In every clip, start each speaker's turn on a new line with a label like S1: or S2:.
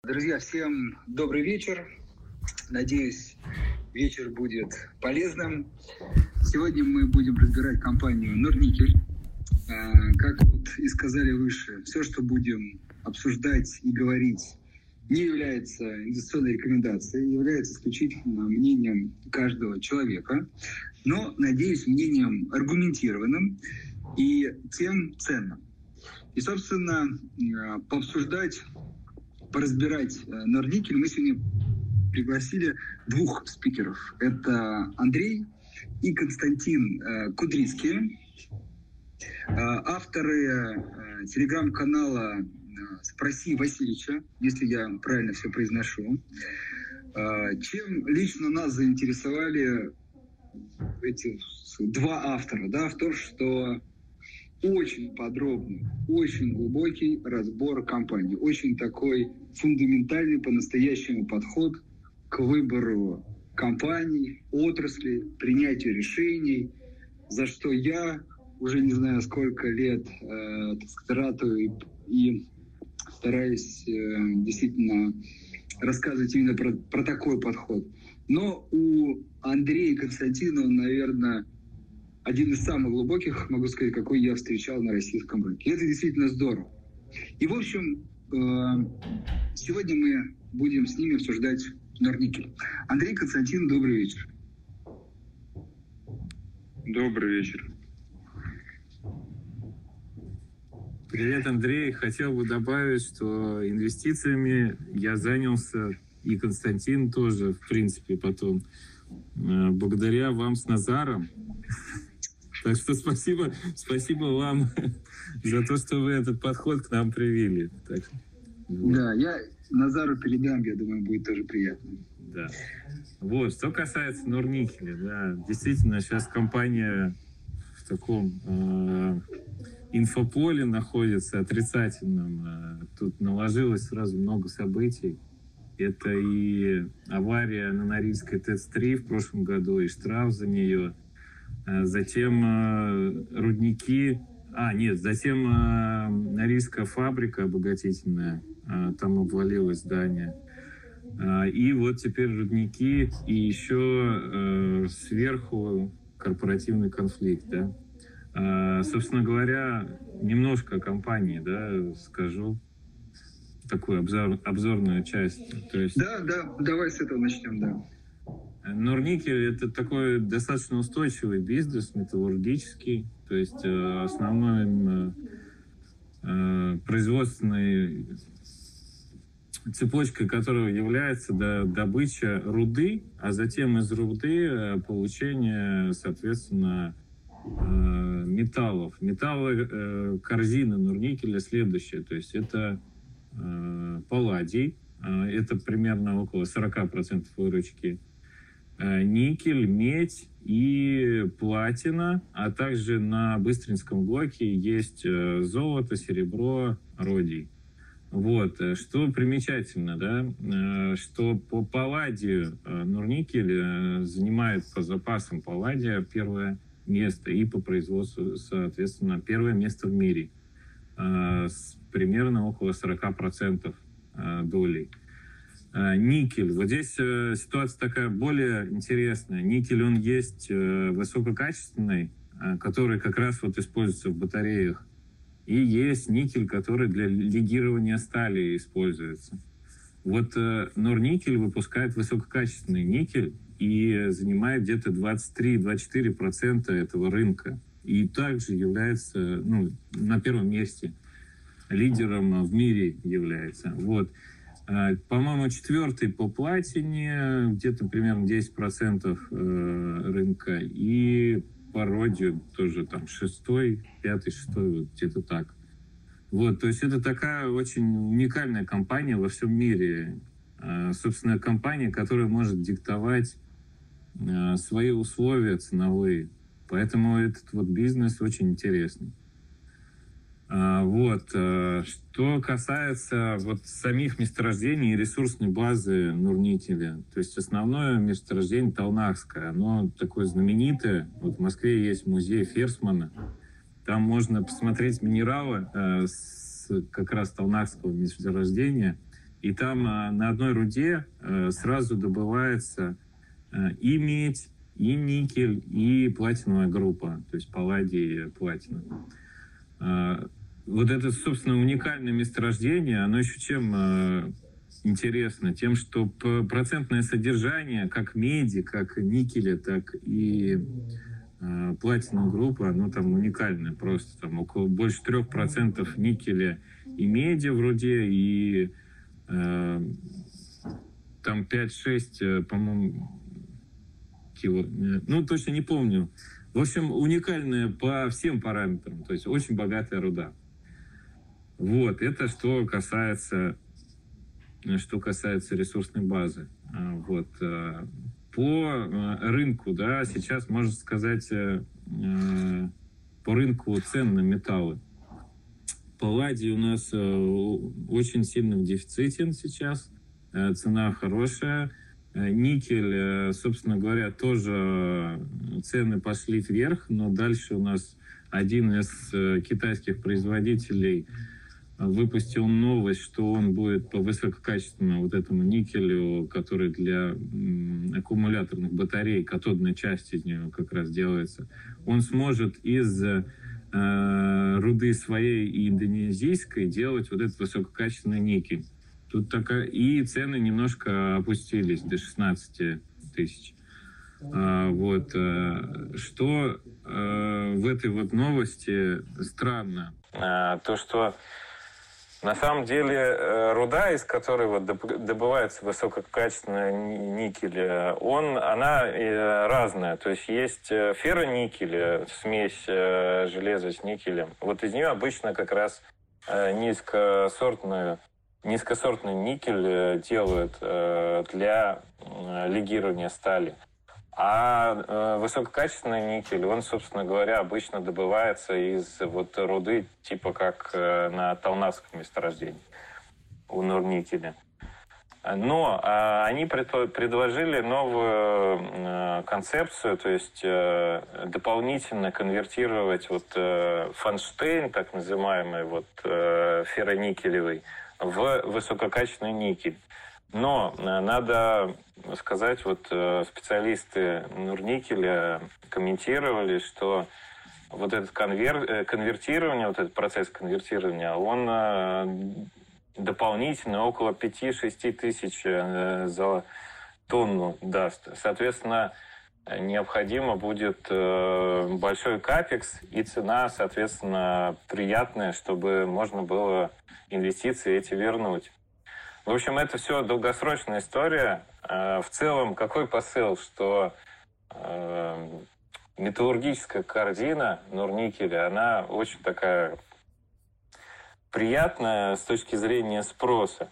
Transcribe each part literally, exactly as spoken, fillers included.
S1: Друзья, всем добрый вечер. Надеюсь, вечер будет полезным. Сегодня мы будем разбирать компанию Норникель. Как вот и сказали выше, все, что будем обсуждать и говорить, не является инвестиционной рекомендацией, является исключительно мнением каждого человека, но, надеюсь, мнением аргументированным и тем ценным. И, собственно, пообсуждать, поразбирать Норникель мы сегодня пригласили двух спикеров. Это Андрей и Константин Кудрицкие, авторы телеграм-канала «Спроси Васильича», если я правильно все произношу. Чем лично нас заинтересовали эти два автора? Да, в том, что очень подробный, очень глубокий разбор компании, очень такой фундаментальный по-настоящему подход к выбору компаний, отрасли, принятию решений, за что я уже не знаю сколько лет э, ратую и, и стараюсь э, действительно рассказывать именно про, про такой подход. Но у Андрея и Константина он, наверное, один из самых глубоких, могу сказать, какой я встречал на российском рынке. И это действительно здорово. И, в общем, сегодня мы будем с ними обсуждать Норникель. Андрей, Константин, добрый вечер.
S2: Добрый вечер.
S3: Привет, Андрей. Хотел бы добавить, что инвестициями я занялся, и Константин тоже, в принципе, потом, благодаря вам с Назаром. Так что спасибо, спасибо вам за то, что вы этот подход к нам привили. Так,
S1: вот. Да, я Назару передам, я думаю, будет тоже приятно.
S3: Да. Вот, что касается Норникеля, да, действительно, сейчас компания в таком э, инфополе находится отрицательном. Э, тут наложилось сразу много событий. Это и авария на Норильской ТЭЦ три в прошлом году, и штраф за нее. Затем э, рудники, а нет, затем э, Норильская фабрика обогатительная, э, там обвалилось здание. Э, и вот теперь рудники, и еще э, сверху корпоративный конфликт. Да? Э, собственно говоря, немножко о компании, да, скажу, такую обзор, обзорную часть. То есть...
S1: Да, да, давай с этого начнем, да.
S3: Норникель – это такой достаточно устойчивый бизнес, металлургический, то есть э, основной э, производственной цепочкой которого является да, добыча руды, а затем из руды э, получение, соответственно, э, металлов. Металлы э, корзины Норникеля следующие, то есть это э, палладий, э, это примерно около сорок процентов выручки, никель, медь и платина, а также на Быстринском блоке есть золото, серебро, родий. Вот. Что примечательно, да, что по палладию Норникель занимает по запасам палладия первое место и по производству, соответственно, первое место в мире с примерно около сорок процентов долей. Никель. Вот здесь э, ситуация такая более интересная. Никель, он есть э, высококачественный, э, который как раз вот используется в батареях. И есть никель, который для легирования стали используется. Вот э, Норникель выпускает высококачественный никель и занимает где-то двадцать три - двадцать четыре процента этого рынка. И также является, ну, на первом месте, лидером в мире является. Вот. По-моему, четвертый по платине, где-то примерно десять процентов рынка, и по родию тоже там шестой, пятый, шестой, вот где-то так. Вот, то есть это такая очень уникальная компания во всем мире. Собственно, компания, которая может диктовать свои условия ценовые. Поэтому этот вот бизнес очень интересный. Вот. Что касается вот самих месторождений и ресурсной базы Норникеля, то есть основное месторождение Талнахское, оно такое знаменитое. Вот в Москве есть музей Ферсмана, там можно посмотреть минералы с как раз Талнахского месторождения, И там на одной руде сразу добывается и медь, и никель, и платиновая группа, то есть палладий и платина. Вот это, собственно, уникальное месторождение, оно еще чем интересно? Тем, что процентное содержание как меди, как никеля, так и платиновой группы, оно там уникальное просто. Там около больше трех процентов никеля и меди в руде, и э, там пять-шесть, по-моему, кило. Ну, точно не помню. В общем, уникальная по всем параметрам. То есть очень богатая руда. Вот, это что касается, что касается ресурсной базы. Вот. По рынку, да, сейчас можно сказать, по рынку цен на металлы. Палладий у нас очень сильно в дефиците сейчас. Цена хорошая. Никель, собственно говоря, тоже цены пошли вверх, но дальше у нас один из китайских производителей выпустил новость, что он будет по высококачественному вот этому никелю, который для аккумуляторных батарей, катодная часть из него как раз делается, он сможет из э, руды своей и индонезийской делать вот этот высококачественный никель. Тут такая... И цены немножко опустились до шестнадцати тысяч. А, вот. А, что а, в этой вот новости странно? А, то, что на самом деле руда, из которой вот добывается высококачественный никель, он, она разная. То есть есть ферроникель, смесь железа с никелем. Вот из нее обычно как раз низкосортную Низкосортный никель делают для легирования стали. А высококачественный никель, он, собственно говоря, обычно добывается из вот руды, типа как на Талнавском месторождении у Норникеля. Но они предложили новую концепцию, то есть дополнительно конвертировать вот фанштейн, так называемый вот ферроникелевый, в высококачественный никель. Но надо сказать, вот специалисты Норникеля комментировали, что вот этот конвер... конвертирование, вот этот процесс конвертирования, он дополнительно около пяти-шести тысяч за тонну даст. Соответственно, необходимо будет большой капекс и цена, соответственно, приятная, чтобы можно было инвестиции эти вернуть. В общем, это все долгосрочная история. В целом, какой посыл, что металлургическая корзина Норникеля, она очень такая приятная с точки зрения спроса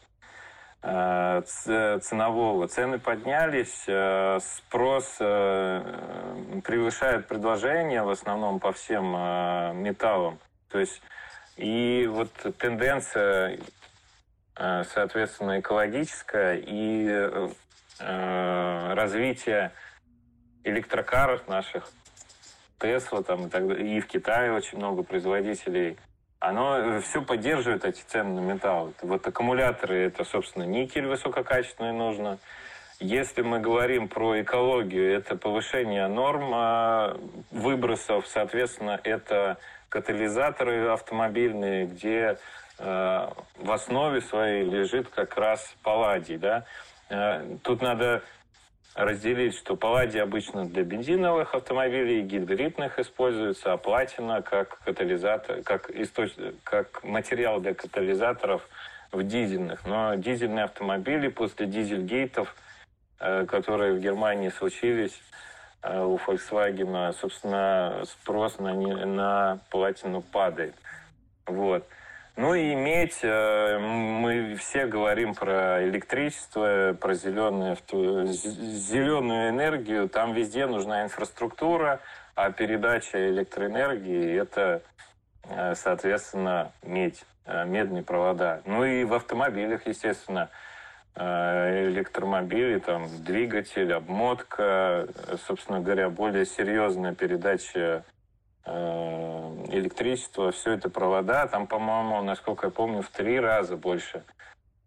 S3: ценового. Цены поднялись, спрос превышает предложение в основном по всем металлам. То есть и вот тенденция, соответственно, экологическая и развитие электрокаров наших, Тесла там и так далее, и в Китае очень много производителей, оно все поддерживает эти цены на металл. Вот аккумуляторы, это, собственно, никель высококачественный нужно. Если мы говорим про экологию, это повышение норм выбросов, соответственно, это катализаторы автомобильные, где э, в основе своей лежит как раз палладий. Да? Э, тут надо разделить, что палладий обычно для бензиновых автомобилей, гибридных используется, а платина как катализатор, как, источ... как материал для катализаторов в дизельных. Но дизельные автомобили после дизельгейтов, э, которые в Германии случились, у Volkswagen, собственно, спрос на, на платину падает. Вот. Ну и медь, мы все говорим про электричество, про зеленую, зеленую энергию. Там везде нужна инфраструктура, а передача электроэнергии – это, соответственно, медь, медные провода. Ну и в автомобилях, естественно, электромобили, там, двигатель, обмотка, собственно говоря, более серьезная передача э, электричества, все это провода, там, по-моему, насколько я помню, в три раза больше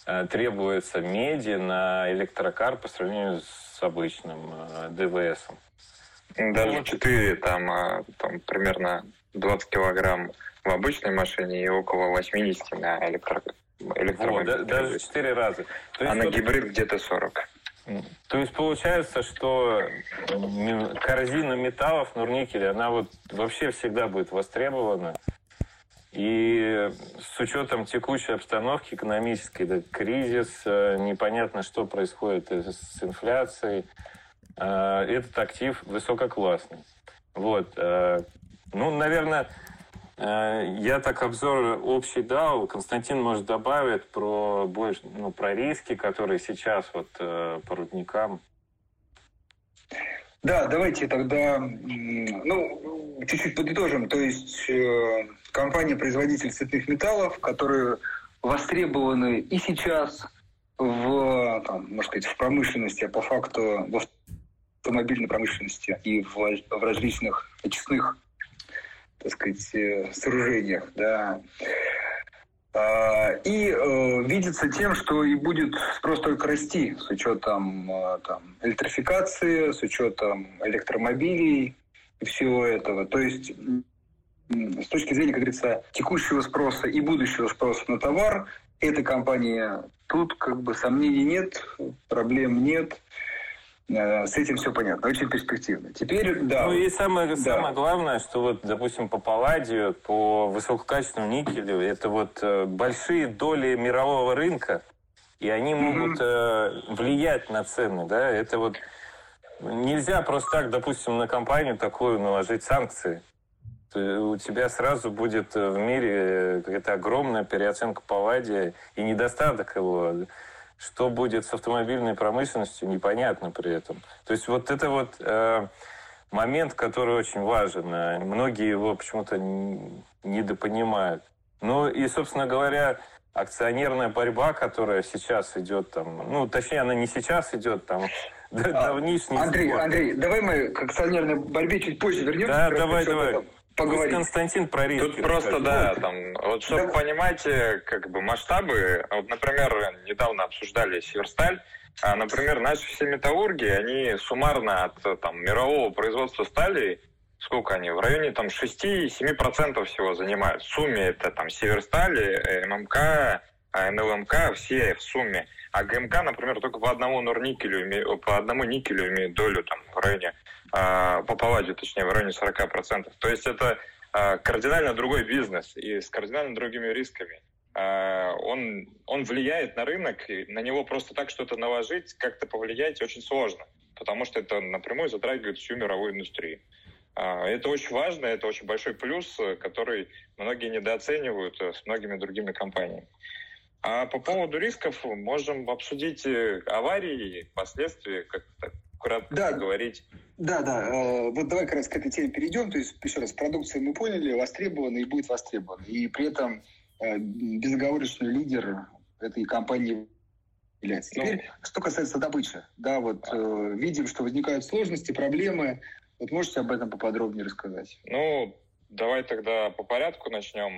S3: требуется меди на электрокар по сравнению с обычным ДВС.
S2: Даже четыре, там, там примерно двадцать килограмм в обычной машине и около восемьдесят на электро... электромобиле.
S3: Вот, даже в четыре раза. То
S2: а
S3: есть,
S2: на
S3: вот,
S2: гибрид где-то сорок.
S3: То есть получается, что корзина металлов Норникеля, она вот вообще всегда будет востребована. И с учетом текущей обстановки экономической, да, кризис, непонятно, что происходит с инфляцией, этот актив высококлассный. Вот. Ну, наверное, я так обзор общий дал. Константин, может, добавит про, больше, ну, про риски, которые сейчас вот по рудникам.
S1: Да, давайте тогда, ну, чуть-чуть подытожим. То есть компания-производитель цветных металлов, которые востребованы и сейчас в, там, можно сказать, в промышленности, а по факту в автомобильной промышленности и в, в различных очистных, так сказать, сооружениях, да. И э, видится тем, что и будет спрос только расти с учетом э, там, электрификации, с учетом электромобилей и всего этого. То есть с точки зрения, как говорится, текущего спроса и будущего спроса на товар, этой компании тут как бы сомнений нет, проблем нет. С этим все понятно, очень перспективно. Теперь, да.
S3: Ну и самое,
S1: да.
S3: самое главное, что вот, допустим, по палладию, по высококачественному никелю, это вот э, большие доли мирового рынка, и они могут э, влиять на цены, да, это вот нельзя просто так, допустим, на компанию такую наложить санкции. У тебя сразу будет в мире какая-то огромная переоценка палладия и недостаток его. Что будет с автомобильной промышленностью, непонятно при этом. То есть вот это вот э, момент, который очень важен. Многие его почему-то недопонимают. Ну и, собственно говоря, акционерная борьба, которая сейчас идет там, ну, точнее, она не сейчас идет, там,
S1: а,
S3: давнишний
S1: Андрей,
S3: спор.
S1: Андрей, давай мы к акционерной борьбе чуть позже вернемся.
S3: Да, давай, давай.
S1: Поговорить.
S3: Константин про риски.
S2: Тут просто, да, там, вот чтобы да. понимать, как бы, масштабы, вот, например, недавно обсуждали Северсталь, а, например, наши все металлурги, они суммарно от там, мирового производства стали, сколько они, в районе там шесть-семь процентов всего занимают. В сумме это там Северсталь, ММК, эн эл эм ка, все в сумме. А ГМК, например, только по одному норникелю, по одному никелю имеет долю там в районе, э, по палладию, точнее, в районе сорок процентов. То есть это э, кардинально другой бизнес и с кардинально другими рисками. Э, он, он влияет на рынок, и на него просто так что-то наложить, как-то повлиять очень сложно, потому что это напрямую затрагивает всю мировую индустрию. Э, это очень важно, это очень большой плюс, который многие недооценивают с многими другими компаниями. А по поводу рисков можем обсудить аварии, последствия, как-то кратко да, говорить.
S1: Да, да. Э, вот давай как раз к этой теме перейдем. То есть, еще раз, продукция мы поняли, востребована и будет востребована. И при этом э, безоговорочный лидер этой компании является. Теперь, ну, что касается добычи. Да, вот э, видим, что возникают сложности, проблемы. Вот можете об этом поподробнее рассказать?
S2: Ну, давай тогда по порядку начнем.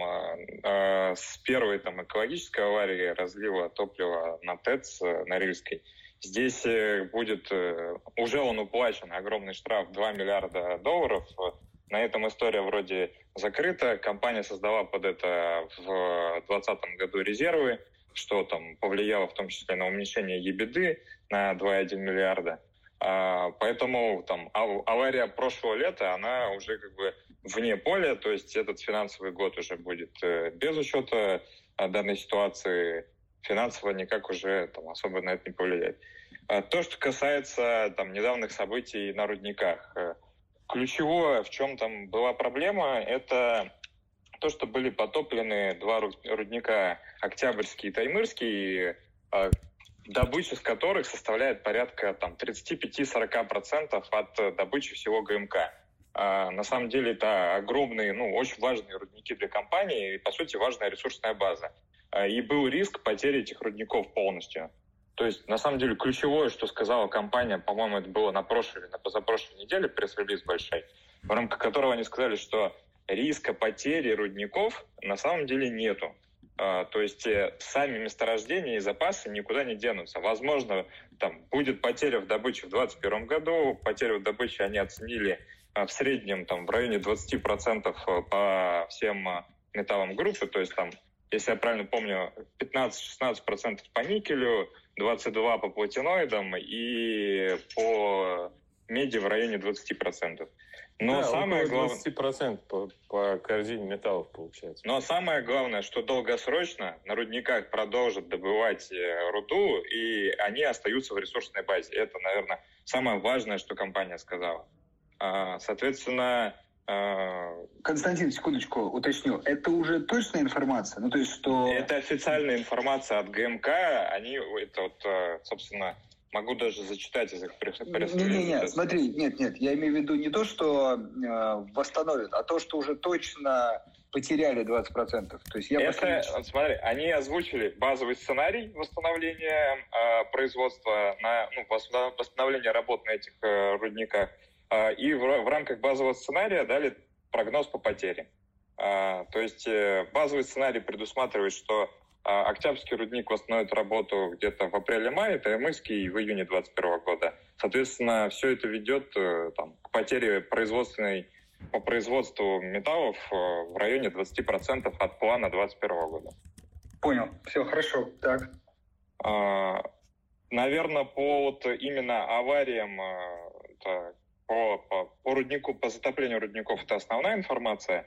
S2: С первой там, экологической аварии разлива топлива на ТЭЦ Норильской. Здесь будет, уже он уплачен, огромный штраф два миллиарда долларов. На этом история вроде закрыта. Компания создала под это в двадцатом году резервы, что там повлияло в том числе на уменьшение ебиды на два целых одна десятая миллиарда. Поэтому там авария прошлого лета, она уже как бы вне поля, то есть этот финансовый год уже будет без учета данной ситуации, финансово никак уже там особо на это не повлияет. То, что касается там недавних событий на рудниках, ключевое, в чем там была проблема, это то, что были потоплены два рудника Октябрьский и Таймырский, добыча с которых составляет порядка там, тридцать пять - сорок процентов от добычи всего ГМК. А, на самом деле это огромные, ну, очень важные рудники для компании и, по сути, важная ресурсная база. А, и был риск потери этих рудников полностью. То есть, на самом деле, ключевое, что сказала компания, по-моему, это было на прошлой или на позапрошлой неделе, пресс-релиз большой, в рамках которого они сказали, что риска потери рудников на самом деле нету. То есть сами месторождения и запасы никуда не денутся. Возможно, там будет потеря в добыче в двадцать первом году. Потерю в добыче они оценили в среднем там, в районе двадцати процентов по всем металлам группы. То есть, там, если я правильно помню, пятнадцать-шестнадцать процентов по никелю, двадцать два процента по платиноидам и по меди в районе двадцати процентов. Но
S3: да,
S2: самое главное,
S3: двадцать процентов по, по корзине металлов получается.
S2: Но самое главное, что долгосрочно на рудниках продолжат добывать руду, и они остаются в ресурсной базе. Это, наверное, самое важное, что компания сказала. Соответственно...
S1: Константин, секундочку, уточню. Это уже точная информация? Ну, то есть, что...
S2: Это официальная информация от ГМК. Они, это вот, собственно... Могу даже зачитать из их пресс-релиза.
S1: Не-не-не, смотри, нет-нет, я имею в виду не то, что э, восстановят, а то, что уже точно потеряли двадцать процентов. То есть я
S2: Это,
S1: последний...
S2: смотри, они озвучили базовый сценарий восстановления э, производства, на, ну, восстановления работ на этих э, рудниках, э, и в, в рамках базового сценария дали прогноз по потере. Э, то есть э, базовый сценарий предусматривает, что Октябрьский рудник восстановит работу где-то в апреле-мае, Таймырский в июне двадцать первого года. Соответственно, все это ведет там, к потере производственной по производству металлов в районе двадцати процентов от плана двадцать первого года.
S1: Понял. Все, хорошо. Так.
S2: Наверное, по вот именно авариям это, по, по, по руднику, по затоплению рудников это основная информация.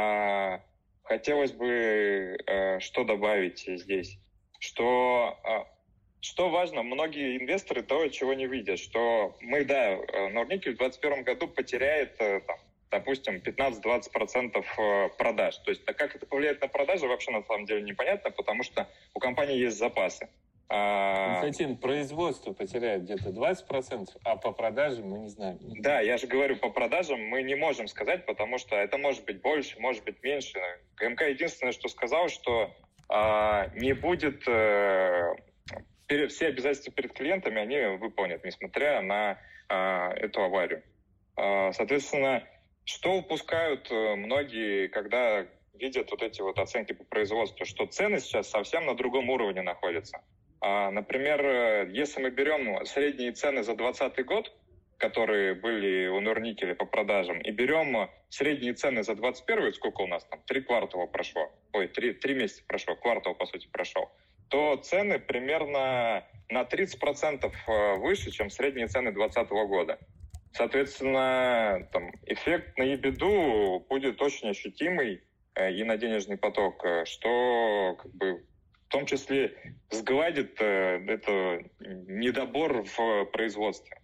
S2: Хотелось бы э, что добавить здесь, что, э, что важно, многие инвесторы того, чего не видят, что мы, да, Норникель в двадцать первом году потеряет, э, там, допустим, пятнадцать-двадцать процентов продаж. То есть, а как это повлияет на продажи, вообще на самом деле непонятно, потому что у компании есть запасы.
S3: Константин, производство потеряет где-то двадцать процентов, а по продажам мы не знаем.
S2: Да, я же говорю, по продажам мы не можем сказать, потому что это может быть больше, может быть меньше. ГМК единственное, что сказал, что а, не будет... А, перед, все обязательства перед клиентами они выполнят, несмотря на а, эту аварию. А, соответственно, что упускают многие, когда видят вот эти вот оценки по производству, что цены сейчас совсем на другом уровне находятся. Например, если мы берем средние цены за двадцатый год, которые были у Норникеля по продажам, и берем средние цены за двадцать первый, сколько у нас там, три квартала прошло, ой, три, три месяца прошло, квартал, по сути, прошел, то цены примерно на тридцать процентов выше, чем средние цены двадцатого года. Соответственно, там, эффект на ебиду будет очень ощутимый и на денежный поток, что как бы в том числе сгладит э, это недобор в производстве.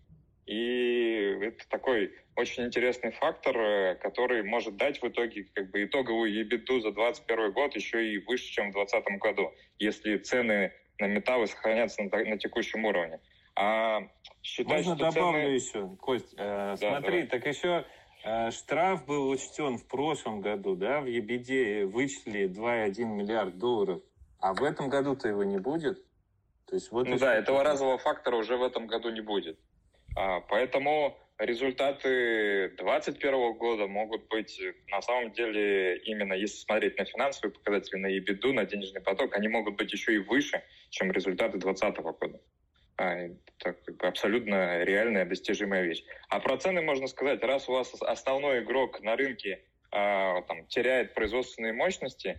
S2: И это такой очень интересный фактор, который может дать в итоге как бы итоговую ебиду за двадцать первый год еще и выше, чем в двадцатом году, если цены на металлы сохранятся на, на текущем уровне. А считать,
S3: Можно
S2: что
S3: добавлю
S2: цены...
S3: еще, Кость, э,
S2: да,
S3: смотри,
S2: давай.
S3: Так еще э, штраф был учтен в прошлом году, да, в ебиде вычли два целых один миллиард долларов. А в этом году-то его не будет? То есть вот
S2: ну да, этого разового фактора уже в этом году не будет. А, поэтому результаты двадцать первого года могут быть, на самом деле, именно если смотреть на финансовые показатели, на ебиду, на денежный поток, они могут быть еще и выше, чем результаты двадцатого года. А, это как бы абсолютно реальная, достижимая вещь. А про цены можно сказать, раз у вас основной игрок на рынке а, там, теряет производственные мощности,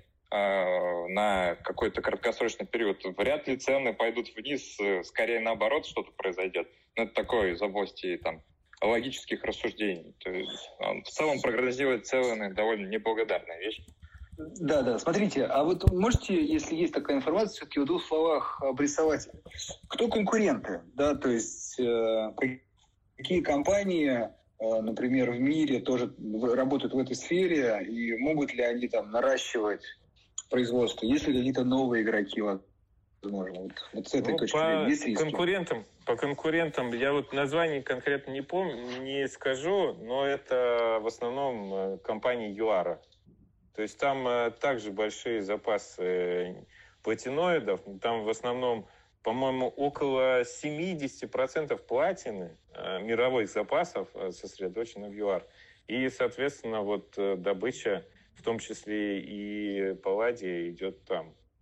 S2: на какой-то краткосрочный период, вряд ли цены пойдут вниз, скорее наоборот что-то произойдет. Но это такое из области там, логических рассуждений. То есть, в целом прогнозировать цены довольно неблагодарная вещь.
S1: Да, да. Смотрите, а вот можете, если есть такая информация, все-таки в двух словах обрисовать, кто конкуренты, да, то есть э, какие компании, э, например, в мире тоже работают в этой сфере, и могут ли они там наращивать производство, есть ли какие-то новые игроки, возможно, вот, вот с этой
S3: ну,
S1: точки
S3: зрения.
S1: Есть риски?
S3: Конкурентам, по конкурентам, я вот название конкретно не помню, не скажу, но это в основном компания Юара. То есть там также большие запасы платиноидов, там в основном, по-моему, около семьдесят процентов платины мировых запасов сосредоточено в ЮАР. И, соответственно, вот добыча, в том числе и палладия, идет там.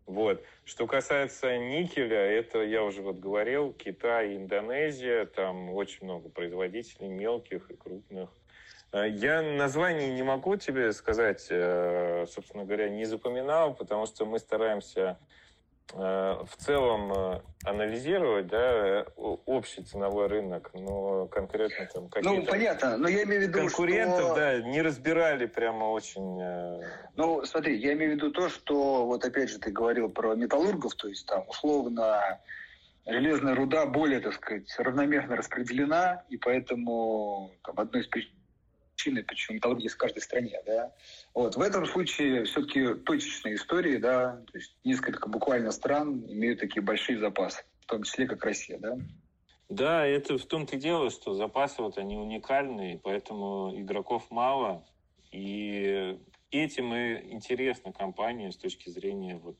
S3: Вот. Что касается никеля, это я уже вот говорил, Китай, Индонезия, там очень много производителей мелких и крупных. Я название не могу тебе сказать, собственно говоря, не запоминал, потому что мы стараемся в целом анализировать, да, общий ценовой рынок, но конкретно там какие-то...
S1: Ну, понятно, но я имею в виду,
S3: конкурентов,
S1: что...
S3: да, не разбирали прямо очень...
S1: Ну, смотри, я имею в виду то, что, вот опять же, ты говорил про металлургов, то есть там, условно, железная руда более, так сказать, равномерно распределена, и поэтому там, одной из причин, почему металлурги есть в каждой стране, да. Вот. В этом случае все-таки точечные истории, да, то есть несколько буквально стран имеют такие большие запасы, в том числе как Россия, да.
S3: Да, это в том-то и дело, что запасы вот они уникальные, поэтому игроков мало, и этим и интересна компания с точки зрения вот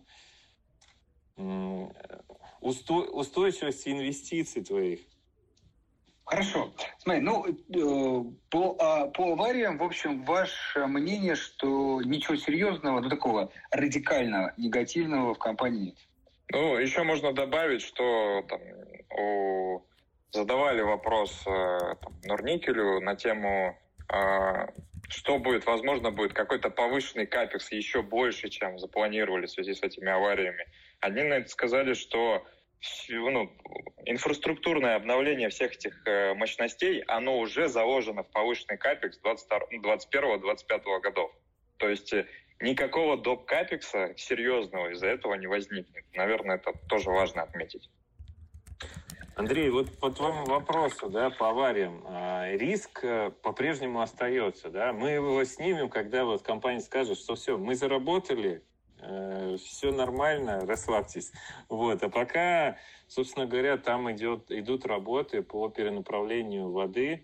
S3: э, устой, устойчивости инвестиций твоих.
S1: Хорошо. Смотри, ну, э, по, а, по авариям, в общем, ваше мнение, что ничего серьезного, ну, такого радикального, негативного в компании нет?
S2: Ну, еще можно добавить, что там, у... задавали вопрос э, там, Норникелю на тему, э, что будет, возможно, будет какой-то повышенный капекс еще больше, чем запланировали в связи с этими авариями. Они на это сказали, что ну, инфраструктурное обновление всех этих э, мощностей, оно уже заложено в повышенный капекс двадцать первого - двадцать пятого годов. То есть э, никакого доп. Капекса серьезного из-за этого не возникнет. Наверное, это тоже важно отметить.
S3: Андрей, вот по твоему вопросу, да, по авариям, э, риск э, по-прежнему остается, да? Мы его снимем, когда вот компания скажет, что все, мы заработали, все нормально, расслабьтесь. Вот. А пока, собственно говоря, там идет, идут работы по перенаправлению воды,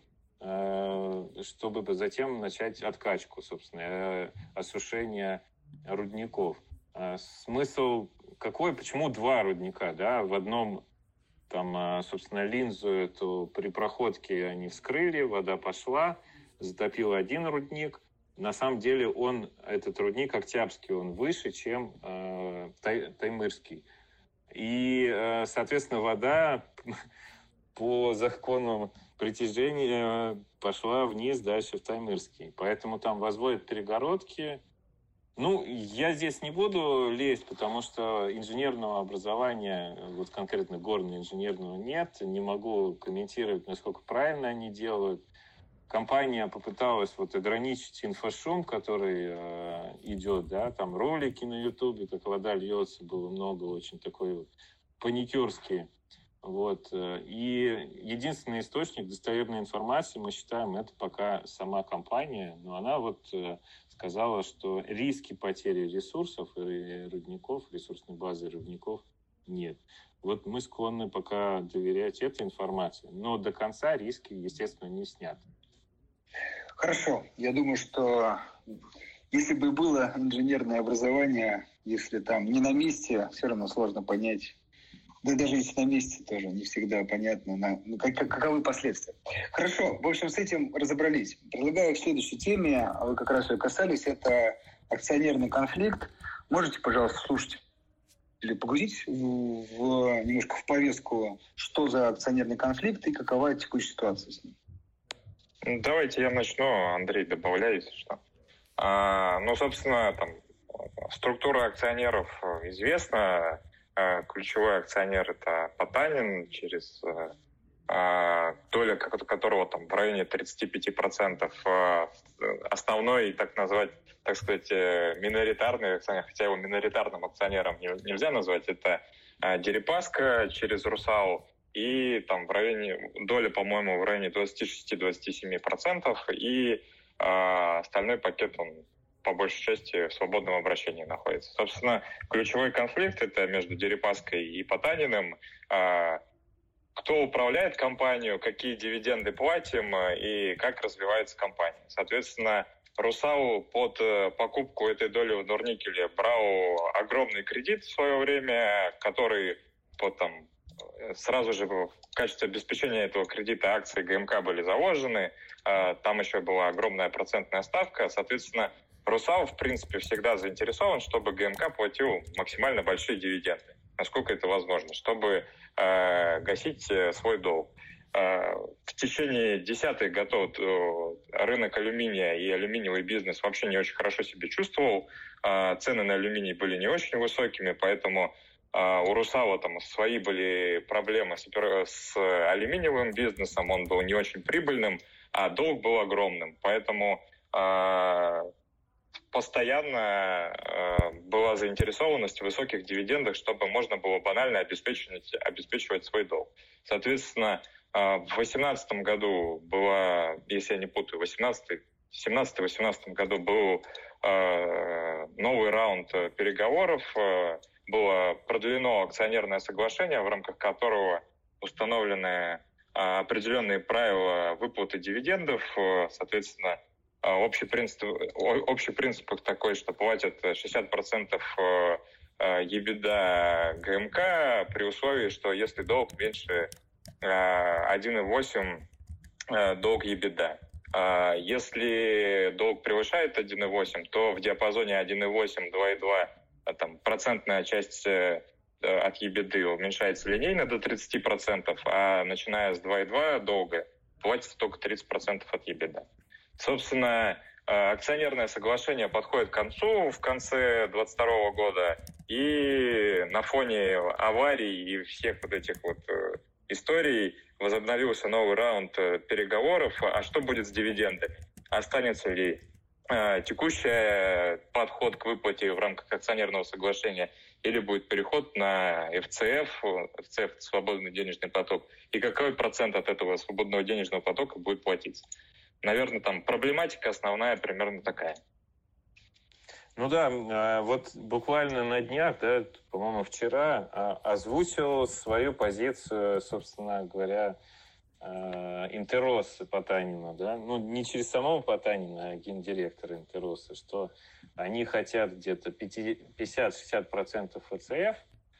S3: чтобы затем начать откачку, собственно, осушение рудников. Смысл какой? Почему два рудника? Да? В одном, там, собственно, линзу эту при проходке они вскрыли, вода пошла, затопила один рудник. На самом деле он, этот рудник Октябрьский, он выше, чем э, тай, Таймырский. И, э, соответственно, вода по законам притяжения пошла вниз дальше в Таймырский. Поэтому там возводят перегородки. Ну, я здесь не буду лезть, потому что инженерного образования, вот конкретно горно-инженерного, нет. Не могу комментировать, насколько правильно они делают. Компания попыталась вот ограничить инфошум, который э, идет, да, там ролики на Ютубе, как вода льется, было много очень такой вот паникерский. Вот. И единственный источник достоверной информации, мы считаем, это пока сама компания, но она вот э, сказала, что риски потери ресурсов и рудников, ресурсной базы рудников нет. Вот мы склонны пока доверять этой информации, но до конца риски, естественно, не сняты.
S1: Хорошо. Я думаю, что если бы было инженерное образование, если там не на месте, все равно сложно понять. Да даже если на месте, тоже не всегда понятно, на, ну, как, каковы последствия. Хорошо. В общем, с этим разобрались. Предлагаю к следующей теме, вы как раз ее касались, это акционерный конфликт. Можете, пожалуйста, слушать или погрузить в, в, немножко в повестку, что за акционерный конфликт и какова текущая ситуация с ним?
S2: Давайте я начну, Андрей, добавляй, если что. А, ну, собственно, там структура акционеров известна. А, ключевой акционер – это Потанин, через а, доля которого там в районе тридцать пять процентов. А, основной, так назвать, так сказать, миноритарный акционер, хотя его миноритарным акционером нельзя назвать, это а, Дерипаска через Русал. И там в районе, доля, по-моему, в районе двадцать шесть - двадцать семь процентов, и э, остальной пакет, он по большей части в свободном обращении находится. Собственно, ключевой конфликт это между Дерипаской и Потаниным. Э, кто управляет компанию, какие дивиденды платим и как развивается компания. Соответственно, Русал под покупку этой доли в Норникеле брал огромный кредит в свое время, который потом сразу же в качестве обеспечения этого кредита акции ГМК были заложены. Там еще была огромная процентная ставка. Соответственно, Русал, в принципе, всегда заинтересован, чтобы ГМК платил максимально большие дивиденды, насколько это возможно, чтобы э, гасить свой долг. Э, в течение десятых годов рынок алюминия и алюминиевый бизнес вообще не очень хорошо себя чувствовал. Э, цены на алюминий были не очень высокими, поэтому э, у Русала там свои были проблемы с, с алюминиевым бизнесом, он был не очень прибыльным, а долг был огромным. Поэтому э, постоянно э, была заинтересованность в высоких дивидендах, чтобы можно было банально обеспечивать, обеспечивать свой долг. Соответственно, э, в две тысячи восемнадцатом году была, если я не путаю, в семнадцатом-восемнадцатом году был э, новый раунд переговоров, э, было продлено акционерное соглашение, в рамках которого установлены э, определенные правила выплаты дивидендов, э, соответственно, Общий принцип, общий принцип такой, что платят шестьдесят процентов EBITDA ГМК при условии, что если долг меньше один целых восемь долг EBITDA. Если долг превышает один целых восемь, то в диапазоне один целых восемь - два целых два там, процентная часть от EBITDA уменьшается линейно до тридцати процентов, а начиная с два целых два долга платится только тридцать процентов от EBITDA. Собственно, акционерное соглашение подходит к концу в конце две тысячи двадцать второго года, и на фоне аварий и всех вот этих вот историй возобновился новый раунд переговоров. А что будет с дивидендами? Останется ли текущий подход к выплате в рамках акционерного соглашения, или будет переход на эф цэ эф, эф цэ эф – это свободный денежный поток, и какой процент от этого свободного денежного потока будет платиться? Наверное, там проблематика основная примерно такая.
S3: Ну да, вот буквально на днях, да, по-моему, вчера озвучил свою позицию, собственно говоря, Интеррос Потанина, да, ну не через самого Потанина, а гендиректора Интерроса, что они хотят где-то пятьдесят-шестьдесят процентов эф цэ эф.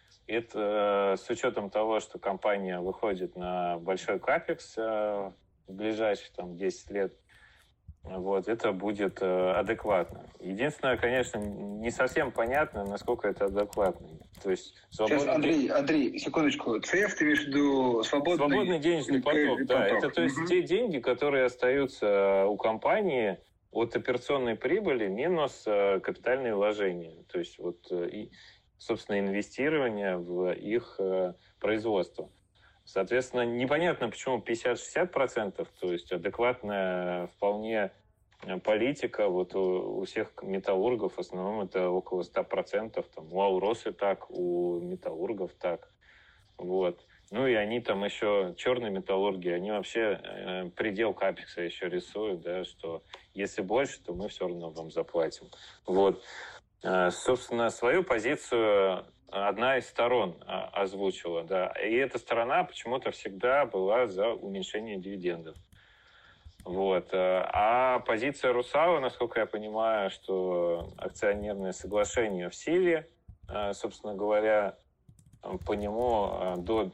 S3: Это с учетом того, что компания выходит на большой капекс в ближайшие там десять лет, вот, это будет э, адекватно. Единственное, конечно, не совсем понятно, насколько это адекватно. То есть свободный...
S1: Сейчас, Андрей, Андрей, секундочку. цэ эф ты имеешь в виду свободный...
S3: Свободный денежный поток, поток, да. Это то есть угу. те деньги, которые остаются у компании от операционной прибыли минус э, капитальные вложения. То есть вот, э, и, собственно, инвестирование в их э, производство. Соответственно, непонятно, почему пятьдесят-шестьдесят процентов, то есть адекватная вполне политика. Вот у, у всех металлургов в основном это около ста процентов. Там, у Алросы так, у металлургов так. Вот. Ну и они там еще, черные металлурги, они вообще э, предел капекса еще рисуют, да, что если больше, то мы все равно вам заплатим. Вот. Э, собственно, свою позицию одна из сторон озвучила, да, и эта сторона почему-то всегда была за уменьшение дивидендов. Вот. А позиция Русала, насколько я понимаю, что акционерное соглашение в силе, собственно говоря, по нему до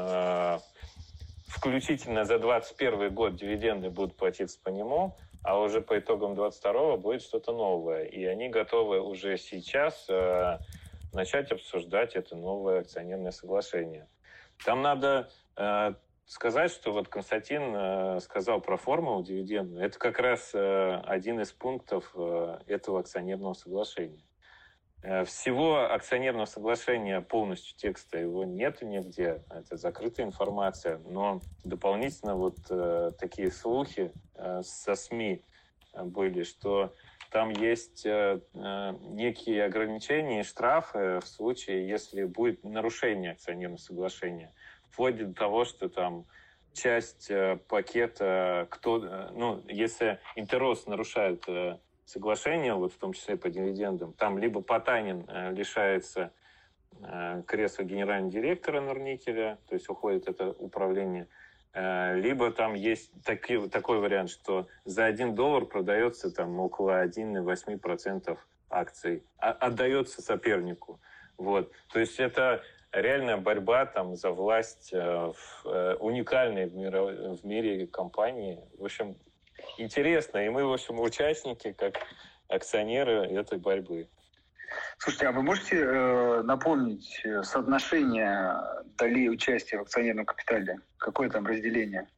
S3: включительно за двадцать первый год дивиденды будут платиться по нему, а уже по итогам двадцать второго будет что-то новое. И они готовы уже сейчас начать обсуждать это новое акционерное соглашение. Там надо э, сказать, что вот Константин э, сказал про формулу дивидендную. Это как раз э, один из пунктов э, этого акционерного соглашения. Э, всего акционерного соглашения полностью текста его нету нигде. Это закрытая информация. Но дополнительно вот э, такие слухи э, со СМИ были, что там есть э, некие ограничения и штрафы в случае, если будет нарушение акционерного соглашения. Вплоть до того, что там часть э, пакета, кто, э, ну, если Интеррос нарушает э, соглашение, вот в том числе по дивидендам, там либо Потанин э, лишается э, кресла генерального директора Норникеля, то есть уходит это управление, либо там есть таки, такой вариант, что за один доллар продается там около одного целых восьми десятых процента акций, а, отдается сопернику. Вот. То есть это реальная борьба там за власть э, в, э, уникальной в, миро, в мире компании. В общем, интересно. И мы, в общем, участники, как акционеры этой борьбы.
S1: Слушайте, а вы можете э, напомнить соотношение долей участия в акционерном капитале? Какое там разделение?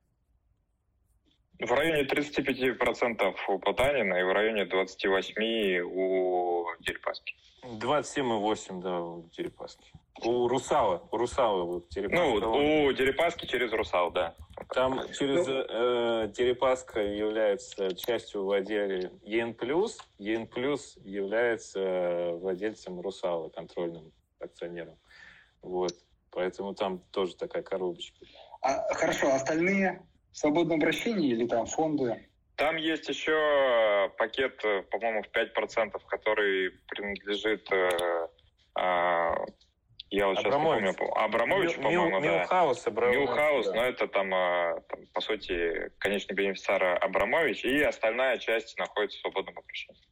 S2: В районе тридцать пять процентов у Потанина и в районе двадцать восемь процентов у Дерипаски.
S3: двадцать семь и восемь, да, у Дерипаски. У Русала, у Русала вот Дерипаска.
S2: Ну, у Дерипаски через Русал, да.
S3: Там через э, Дерипаска является частью владельца ЕН+, ЕН+ является владельцем Русала, контрольным акционером. Вот. Поэтому там тоже такая коробочка.
S1: А, хорошо, остальные в свободном обращении или там фонды?
S2: Там есть еще пакет, по-моему, в пять процентов, который принадлежит... Э, э, Я вот сейчас не помню. Абрамович,
S3: Мил,
S2: по-моему,
S3: Мил,
S2: да.
S3: Милхаус, Абрамович.
S2: Милхаус,
S3: да.
S2: но это там, там, по сути, конечный бенефициар Абрамович, и остальная часть находится в свободном обращении.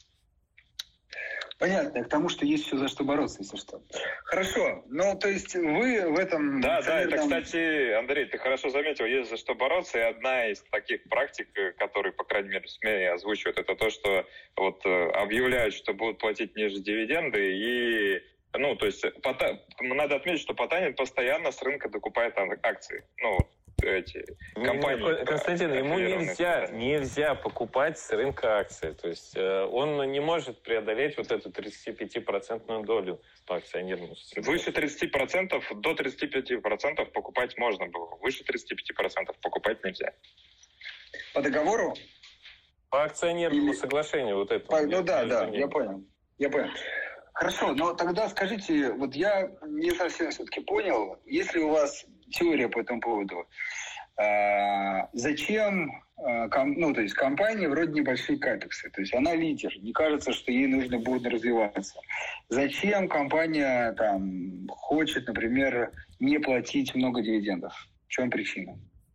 S1: Понятно, к тому, что есть все за что бороться, если что. Хорошо, ну, то есть вы в этом...
S2: Да, да, это, кстати, Андрей, ты хорошо заметил, есть за что бороться, и одна из таких практик, которые, по крайней мере, в СМИ озвучивают, это то, что вот объявляют, что будут платить ниже дивиденды, и... Ну, то есть, надо отметить, что Потанин постоянно с рынка докупает акции. Ну, эти компании.
S3: Константин, ему нельзя, нельзя покупать с рынка акции. То есть, он не может преодолеть вот эту тридцатипятипроцентную долю по акционерному состязанию.
S2: Выше тридцати процентов, до тридцати пяти процентов покупать можно было. Выше тридцати пяти процентов покупать нельзя.
S1: По договору?
S3: По акционерному Или... соглашению вот это.
S1: По... Ну да, да, я понял. Я понял. Хорошо, но тогда скажите, вот я не совсем все-таки понял, если у вас теория по этому поводу, э, зачем, э, ком, ну, то есть компания вроде небольшие капексы, то есть она лидер, не кажется, что ей нужно будет развиваться. Зачем компания там хочет, например, не платить много дивидендов? В чем причина?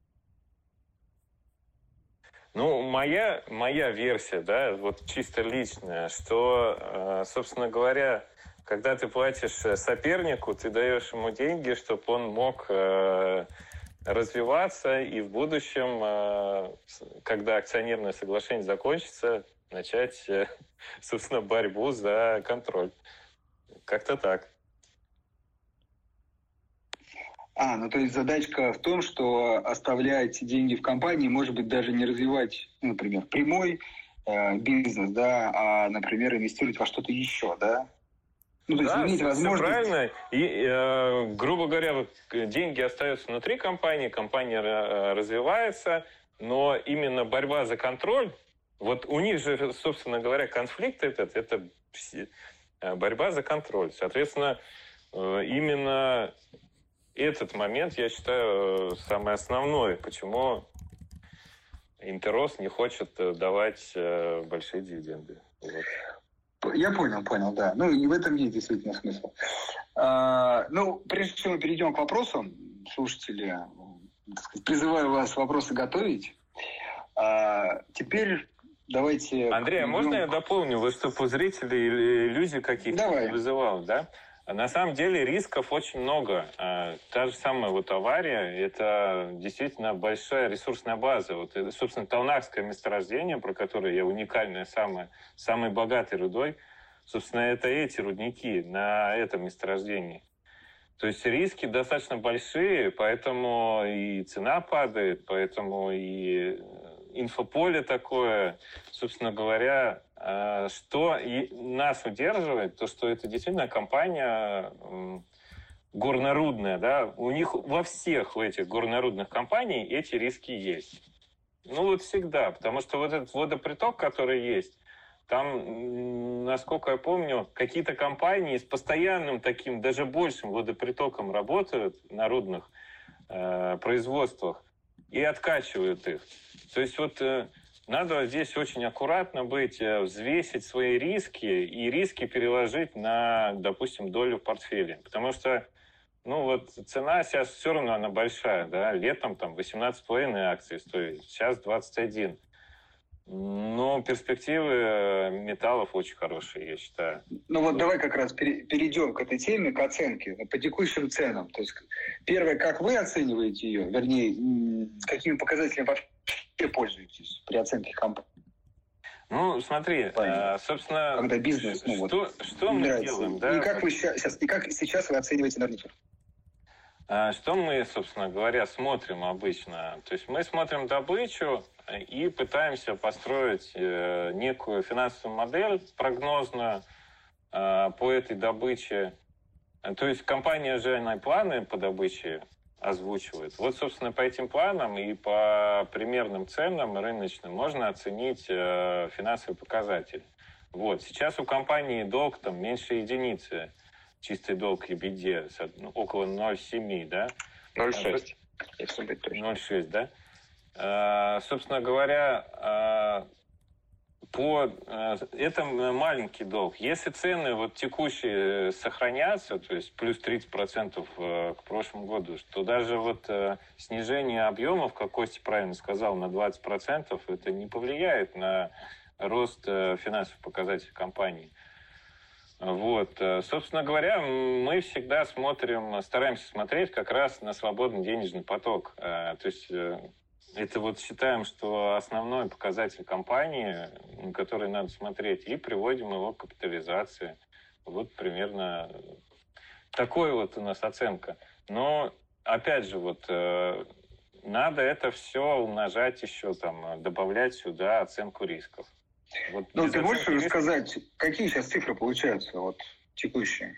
S3: Ну, моя, моя версия, да, вот чисто личная, что, собственно говоря, когда ты платишь сопернику, ты даешь ему деньги, чтобы он мог развиваться и в будущем, когда акционерное соглашение закончится, начать, собственно, борьбу за контроль. Как-то так.
S1: А, ну то есть задачка в том, что оставлять деньги в компании, может быть, даже не развивать, ну, например, прямой э, бизнес, да, а, например, инвестировать во что-то еще, да? Ну, то есть
S3: да,
S1: иметь возможность...
S3: правильно. И, э, грубо говоря, вот, деньги остаются внутри компании, компания развивается, но именно борьба за контроль, вот у них же, собственно говоря, конфликт этот, это борьба за контроль. Соответственно, э, именно... Этот момент, я считаю, самый основной, почему Интерос не хочет давать большие дивиденды. Вот.
S1: Я понял, понял, да. Ну, и в этом есть действительно смысл. А, ну, прежде чем мы перейдем к вопросам, слушатели, так сказать, призываю вас вопросы готовить. А, теперь давайте...
S3: Андрей, перейдем... а можно я дополню, вот чтобы у зрителей иллюзий каких-то не вызывал, да? На самом деле рисков очень много. Та же самая вот авария, это действительно большая ресурсная база. Вот, собственно, Талнакское месторождение, про которое я уникальное, самое, самой богатой рудой, собственно, это эти рудники на этом месторождении. То есть риски достаточно большие, поэтому и цена падает, поэтому и инфополе такое, собственно говоря, что нас удерживает, то, что это действительно компания горнорудная, да, у них во всех этих горнорудных компаниях эти риски есть. Ну вот всегда, потому что вот этот водоприток, который есть, там, насколько я помню, какие-то компании с постоянным таким, даже большим водопритоком работают на рудных э, производствах и откачивают их. То есть вот э, надо здесь очень аккуратно быть, э, взвесить свои риски и риски переложить на, допустим, долю в портфеле. Потому что, ну вот цена сейчас все равно она большая, да, летом там восемнадцать с половиной акций стоит, сейчас двадцать один. Но перспективы металлов очень хорошие, я считаю.
S1: Ну вот давай как раз перейдем к этой теме, к оценке по текущим ценам. То есть первое, как вы оцениваете ее, вернее, какими показателями вообще пользуетесь при оценке компании?
S4: Ну, смотри,
S5: Понятно.
S4: собственно,
S5: когда бизнес, ну,
S4: что,
S5: вот,
S4: что мы
S5: нравится.
S4: делаем?
S5: И,
S4: Да?
S5: как вы сейчас, и как сейчас вы оцениваете Норникель?
S4: Что мы, собственно говоря, смотрим обычно? То есть мы смотрим добычу и пытаемся построить некую финансовую модель прогнозную по этой добыче. То есть компания же она планы по добыче озвучивает. Вот, собственно, по этим планам и по примерным ценам рыночным можно оценить финансовые показатели. Вот. Сейчас у компании долг там меньше единицы. Чистый долг EBITDA около ноль целых семь десятых, да?
S2: ноль целых шесть десятых, если быть точным.
S4: ноль целых шесть десятых, да? А, собственно говоря, а, по, а, это маленький долг. Если цены вот текущие сохранятся, то есть плюс тридцать процентов к прошлому году, то даже вот а, снижение объемов, как Костя правильно сказал, на двадцать процентов, это не повлияет на рост а, финансовых показателей компании. Вот. Собственно говоря, мы всегда смотрим, стараемся смотреть как раз на свободный денежный поток. То есть это вот считаем, что основной показатель компании, на который надо смотреть, и приводим его к капитализации. Вот примерно такой вот у нас оценка. Но, опять же, вот надо это все умножать еще, там, добавлять сюда оценку рисков. Вот
S5: ну, ты можешь
S4: рисков...
S5: рассказать, какие сейчас цифры получаются, вот, текущие?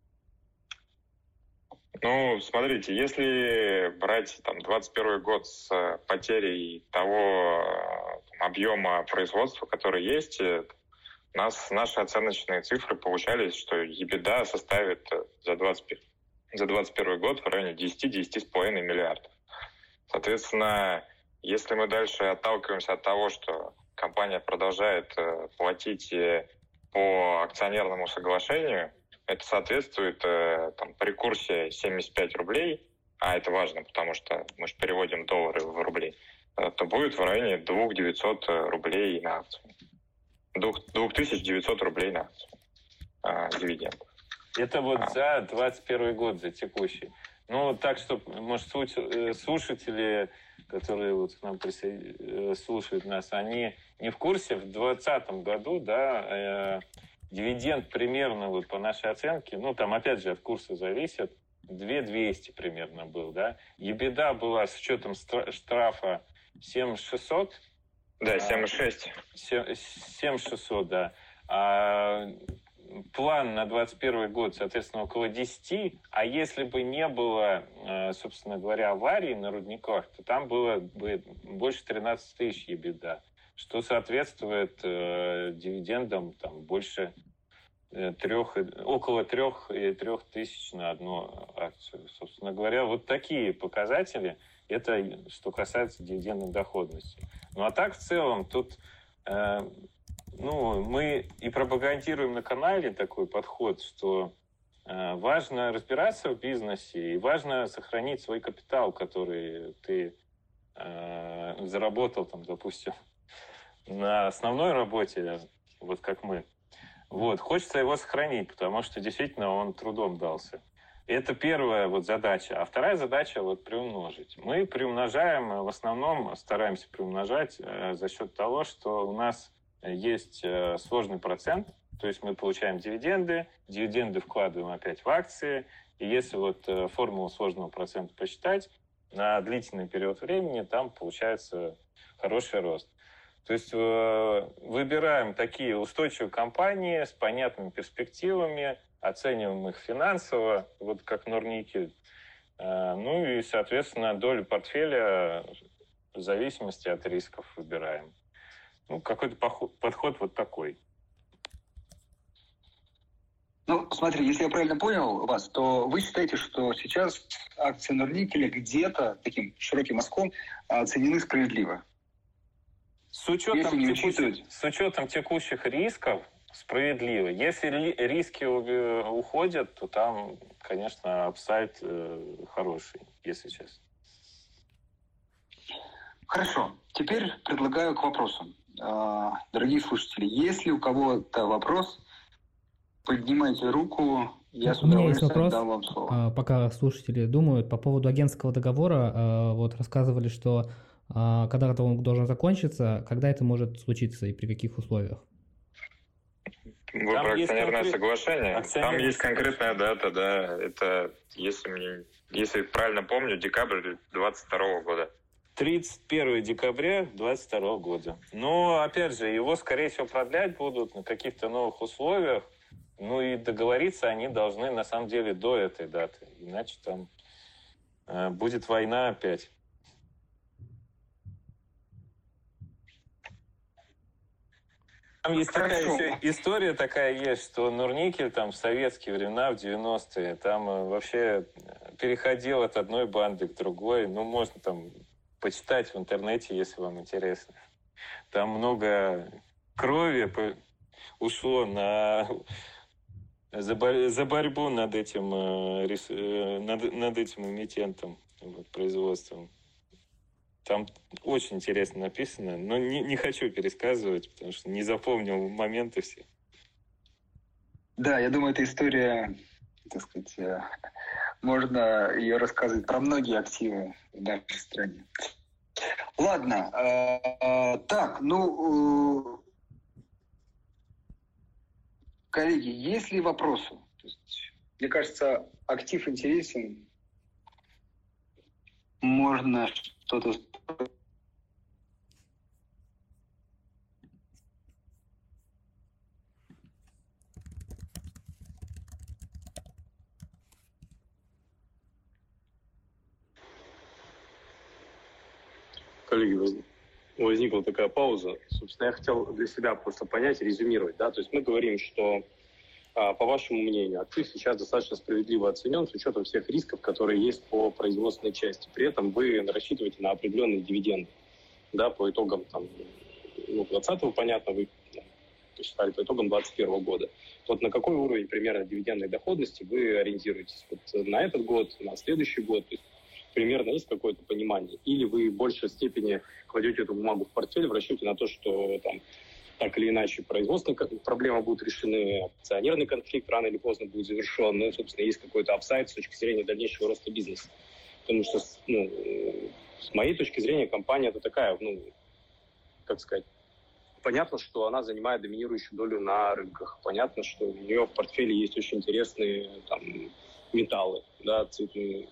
S2: Ну, смотрите, если брать там двадцать первый год с потерей того там, объема производства, который есть, у нас наши оценочные цифры получались, что EBITDA составит за двадцать первый год в районе десять-десять с половиной миллиардов. Соответственно, если мы дальше отталкиваемся от того, что компания продолжает э, платить э, по акционерному соглашению, это соответствует э, там, при курсе семьдесят пять рублей, а это важно, потому что мы же переводим доллары в рубли, э, то будет в районе две тысячи девятьсот рублей на акцию. две тысячи девятьсот рублей на акцию э, дивидендов.
S4: Это вот
S2: а.
S4: за двадцать первый год, за текущий. Ну, так что, может, слушатели, которые вот к нам присо... слушают нас, они не в курсе, в двадцатом году, да, э, дивиденд примерно, вот по нашей оценке, ну, там, опять же, от курса зависит, две тысячи двести примерно был, да. EBITDA была с учетом штрафа семь тысяч шестьсот.
S2: Да, семь целых шесть
S4: десятых. семь тысяч шестьсот, да. А план на двадцать первый год, соответственно, около десять, а если бы не было, собственно говоря, аварий на рудниках, то там было бы больше тринадцать тысяч EBITDA, что соответствует э, дивидендам там, больше э, трех, около трех и трех тысяч на одну акцию. Собственно говоря, вот такие показатели, это что касается дивидендной доходности. Ну а так в целом тут... Э, Ну, мы и пропагандируем на канале такой подход, что э, важно разбираться в бизнесе и важно сохранить свой капитал, который ты э, заработал, там, допустим, на основной работе, вот как мы. Вот, хочется его сохранить, потому что действительно он трудом дался. Это первая вот задача. А вторая задача вот приумножить. Мы приумножаем, в основном стараемся приумножать э, за счет того, что у нас есть сложный процент, то есть мы получаем дивиденды, дивиденды вкладываем опять в акции, и если вот формулу сложного процента посчитать, на длительный период времени там получается хороший рост. То есть выбираем такие устойчивые компании с понятными перспективами, оцениваем их финансово, вот как Норникель. Ну и, соответственно, долю портфеля в зависимости от рисков выбираем. Ну, какой-то подход вот такой.
S5: Ну, смотри, если я правильно понял вас, то вы считаете, что сейчас акции Норникеля где-то таким широким мазком оценены справедливо?
S4: С учетом, текущих,
S5: учитывать...
S4: с учетом текущих рисков справедливо. Если риски уходят, то там, конечно, апсайд хороший, если честно.
S5: Хорошо. Теперь предлагаю к вопросам. Дорогие слушатели, если у кого-то вопрос, поднимайте руку, я с удовольствием дам вам слово.
S6: Пока слушатели думают, по поводу агентского договора, вот рассказывали, что когда он должен закончиться, когда это может случиться и при каких условиях?
S2: Вы
S4: Там
S2: про
S4: есть
S2: акционерное
S4: конкрет-
S2: соглашение?
S4: акционерное
S2: Там есть конкретная дата, да. Это, если мне, если правильно помню, декабрь двадцать второго года.
S4: тридцать первого декабря двадцать второго года. Но, опять же, его, скорее всего, продлять будут на каких-то новых условиях. Ну и договориться они должны, на самом деле, до этой даты. Иначе там э, будет война опять. Там есть такая еще история такая есть, что Норникель там в советские времена, в девяностые, там э, вообще переходил от одной банды к другой. Ну, можно там почитать в интернете, если вам интересно. Там много крови по- ушло на... За, бор- за борьбу над этим, э, рис- э, над, над этим эмитентом, вот, производством. Там очень интересно написано, но не, не хочу пересказывать, потому что не запомнил моменты все.
S5: Да, я думаю, эта история, так сказать, э, можно ее рассказывать про многие активы в нашей стране. Ладно, э, э, так, ну, э, коллеги, есть ли вопросы? То есть, мне кажется, актив интересен. Можно что-то...
S7: Коллеги, возникла такая пауза. Собственно, я хотел для себя просто понять, резюмировать. Да? То есть мы говорим, что, по вашему мнению, актив сейчас достаточно справедливо оценен с учетом всех рисков, которые есть по производственной части. При этом вы рассчитываете на определенные дивиденды. Да, по итогам там, ну, двадцатого, понятно, вы посчитали по итогам двадцать первого года. Вот на какой уровень примерно дивидендной доходности вы ориентируетесь? Вот на этот год, на следующий год? То есть примерно есть какое-то понимание? Или вы в большей степени кладете эту бумагу в портфель в расчете на то, что там так или иначе производственные проблемы будут решены, акционерный конфликт рано или поздно будет завершен, ну, собственно, есть какой-то апсайд с точки зрения дальнейшего роста бизнеса. Потому что, ну, с моей точки зрения, компания это такая, ну, как сказать, понятно, что она занимает доминирующую долю на рынках, понятно, что у нее в портфеле есть очень интересные там металлы, да, цветные.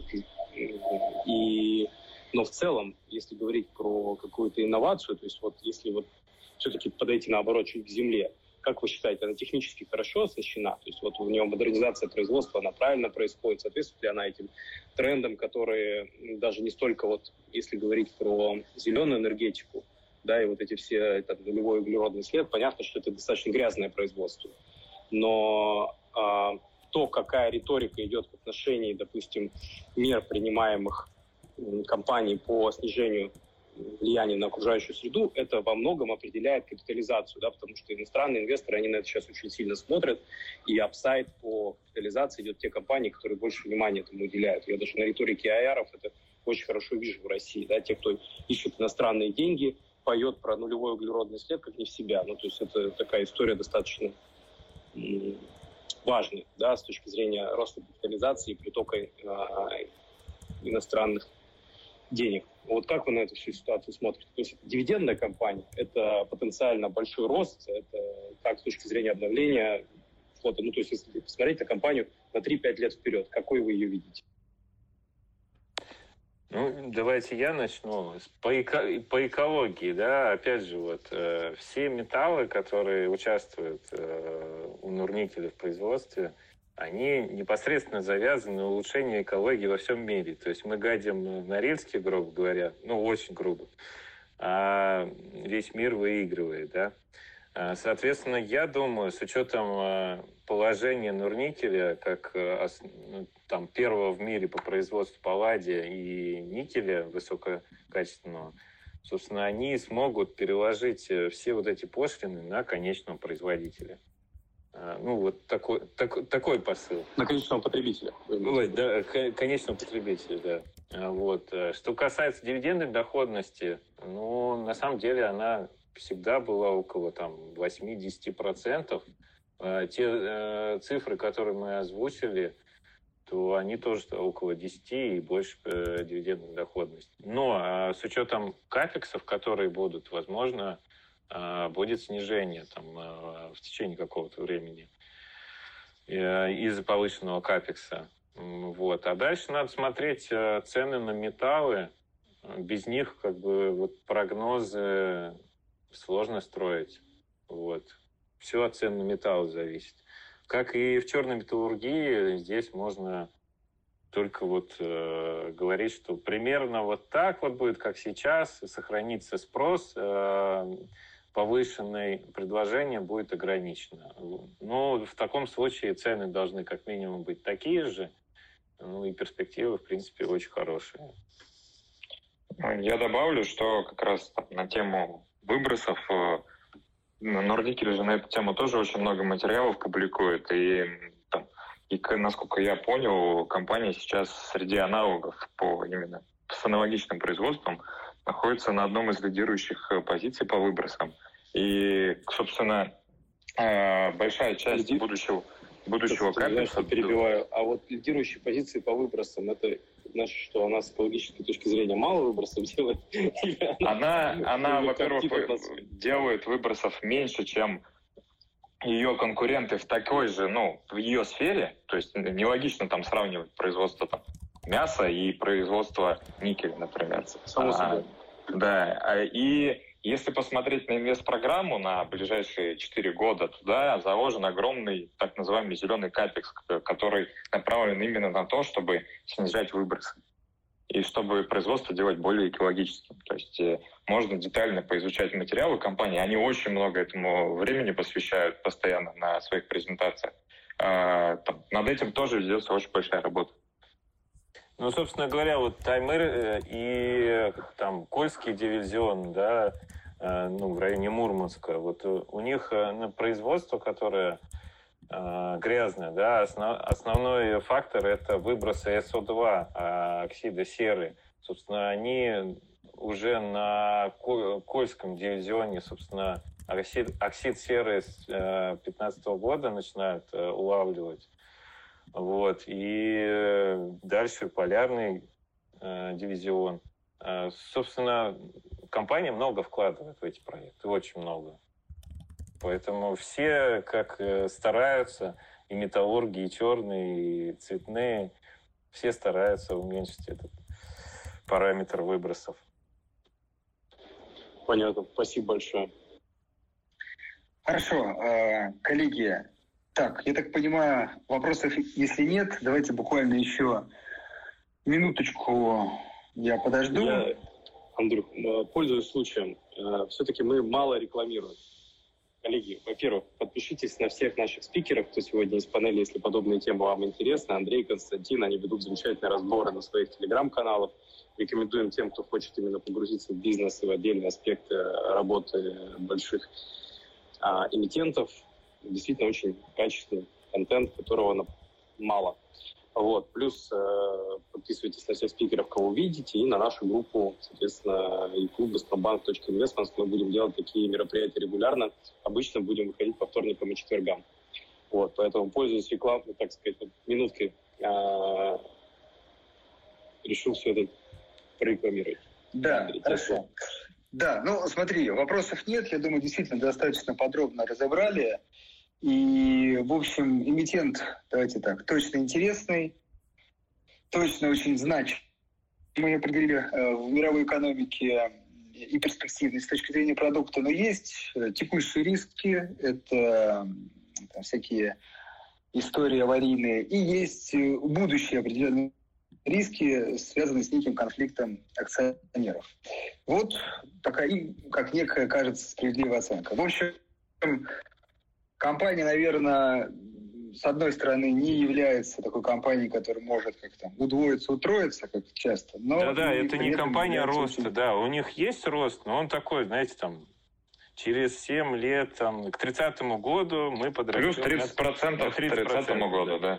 S7: И, но в целом, если говорить про какую-то инновацию, то есть вот если вот все-таки подойти наоборот чуть к земле, как вы считаете, она технически хорошо оснащена? То есть вот у нее модернизация производства, она правильно происходит? Соответствует ли она этим трендам, которые даже не столько вот, если говорить про зеленую энергетику, да, и вот эти все, это нулевой углеродный след, понятно, что это достаточно грязное производство. Но а, то, какая риторика идет в отношении, допустим, мер, принимаемых компаний по снижению влияния на окружающую среду, это во многом определяет капитализацию, да, потому что иностранные инвесторы, они на это сейчас очень сильно смотрят, и апсайд по капитализации идет те компании, которые больше внимания этому уделяют. Я даже на риторике ай ар это очень хорошо вижу в России, да, те, кто ищет иностранные деньги, поет про нулевой углеродный след, как не в себя. Ну, то есть это такая история достаточно м- важная, да, с точки зрения роста капитализации и притока э- иностранных денег. Вот как вы на эту всю ситуацию смотрите? То есть дивидендная компания, это потенциально большой рост, это как с точки зрения обновления флота. Ну, то есть если посмотреть на компанию на три-пять лет вперед, какой вы ее видите?
S4: Ну, давайте я начну. По, эко, по экологии, да, опять же, вот, э, все металлы, которые участвуют э, у Норникеля в производстве, они непосредственно завязаны на улучшение экологии во всем мире. То есть мы гадим Норильске, грубо говоря, ну, очень грубо, а весь мир выигрывает, да. Соответственно, я думаю, с учетом положения Норникеля, как там, первого в мире по производству палладия и никеля высококачественного, собственно, они смогут переложить все вот эти пошлины на конечного производителя. Ну, вот такой, так, такой посыл.
S7: На конечного потребителя.
S4: Ой, да, конечного потребителя, да. Вот. Что касается дивидендной доходности, ну, на самом деле она всегда была около там, восемь-десять процентов. Те э, цифры, которые мы озвучили, то то они тоже около десяти и больше дивидендной доходности. Но с учетом капексов, которые будут, возможно, будет снижение там, в течение какого-то времени из-за повышенного капекса. Вот. А дальше надо смотреть цены на металлы. Без них как бы вот прогнозы сложно строить. Вот. Все от цен на металл зависит. Как и в черной металлургии, здесь можно только вот э, говорить, что примерно вот так вот будет, как сейчас, сохранится спрос, э, повышенное предложение будет ограничено. Но в таком случае цены должны как минимум быть такие же, ну и перспективы, в принципе, очень хорошие.
S2: Я добавлю, что как раз на тему выбросов Норникель же на эту тему тоже очень много материалов публикует. И, там, и насколько я понял, компания сейчас среди аналогов по именно с аналогичным производством находится на одном из лидирующих позиций по выбросам. И, собственно, большая часть
S7: Лиди...
S2: будущего, будущего капекса...
S7: Я перебиваю. А вот лидирующие позиции по выбросам, это значит, что она с экологической точки зрения мало выбросов делает?
S2: Она, она во-первых, делает выбросов меньше, чем ее конкуренты в такой же, ну, в ее сфере. То есть нелогично там сравнивать производство там, мяса и производство никеля, например.
S7: Само собой.
S2: А, да, и если посмотреть на инвестпрограмму на ближайшие четыре года, туда заложен огромный так называемый зеленый капекс, который направлен именно на то, чтобы снижать выбросы и чтобы производство делать более экологическим. То есть э, можно детально поизучать материалы компании. Они очень много этому времени посвящают постоянно на своих презентациях. Э, там, над этим тоже ведется очень большая работа.
S4: Ну, собственно говоря, вот Таймыр и там Кольский дивизион, да, ну, в районе Мурманска, вот у них на производство, которое э, грязное, да, основ, основной фактор это выбросы эс о два, оксида серы. Собственно, они уже на Кольском дивизионе, собственно, оксид, оксид серы с две тысячи пятнадцатого года начинают э, улавливать. Вот. И дальше полярный э, дивизион. Э, собственно, компания много вкладывает в эти проекты, очень много. Поэтому все как э, стараются, и металлурги, и черные, и цветные, все стараются уменьшить этот параметр выбросов.
S7: Понятно. Спасибо большое.
S5: Хорошо. Э, коллеги, так, я так понимаю, вопросов, если нет, давайте буквально еще минуточку я подожду.
S7: Я, Андрюх, пользуясь случаем, все-таки мы мало рекламируем. Коллеги, во-первых, подпишитесь на всех наших спикеров, кто сегодня из панели, если подобные темы вам интересны. Андрей, Константин, они ведут замечательные разборы на своих телеграм-каналах. Рекомендуем тем, кто хочет именно погрузиться в бизнес и в отдельные аспекты работы больших а, эмитентов. Действительно очень качественный контент, которого мало. Вот. Плюс э, подписывайтесь на всех спикеров, кого видите, и на нашу группу, соответственно, и клуб газпромбанк точка инвестмент. Мы будем делать такие мероприятия регулярно. Обычно будем выходить по вторникам и четвергам. Вот. Поэтому, пользуясь рекламой, так сказать, вот, минуткой, э, решил все это прорекламировать.
S5: Да,
S7: Андрей,
S5: хорошо. Да, ну смотри, вопросов нет. Я думаю, действительно достаточно подробно разобрали. И, в общем, эмитент, давайте так, точно интересный, точно очень значимый. Мы определили э, в мировой экономике и перспективный с точки зрения продукта, но есть текущие риски, это там, всякие истории аварийные, и есть будущие определенные риски, связанные с неким конфликтом акционеров. Вот такая, как некая, кажется, справедливая оценка. В общем, компания, наверное, с одной стороны, не является такой компанией, которая может как-то удвоиться, утроиться, как часто. Но
S4: да-да, это не компания роста, очень... да, у них есть рост, но он такой, знаете, там, через семь лет, там, к тридцатому году мы подрастем.
S2: Плюс тридцать процентов к тридцатому году, да.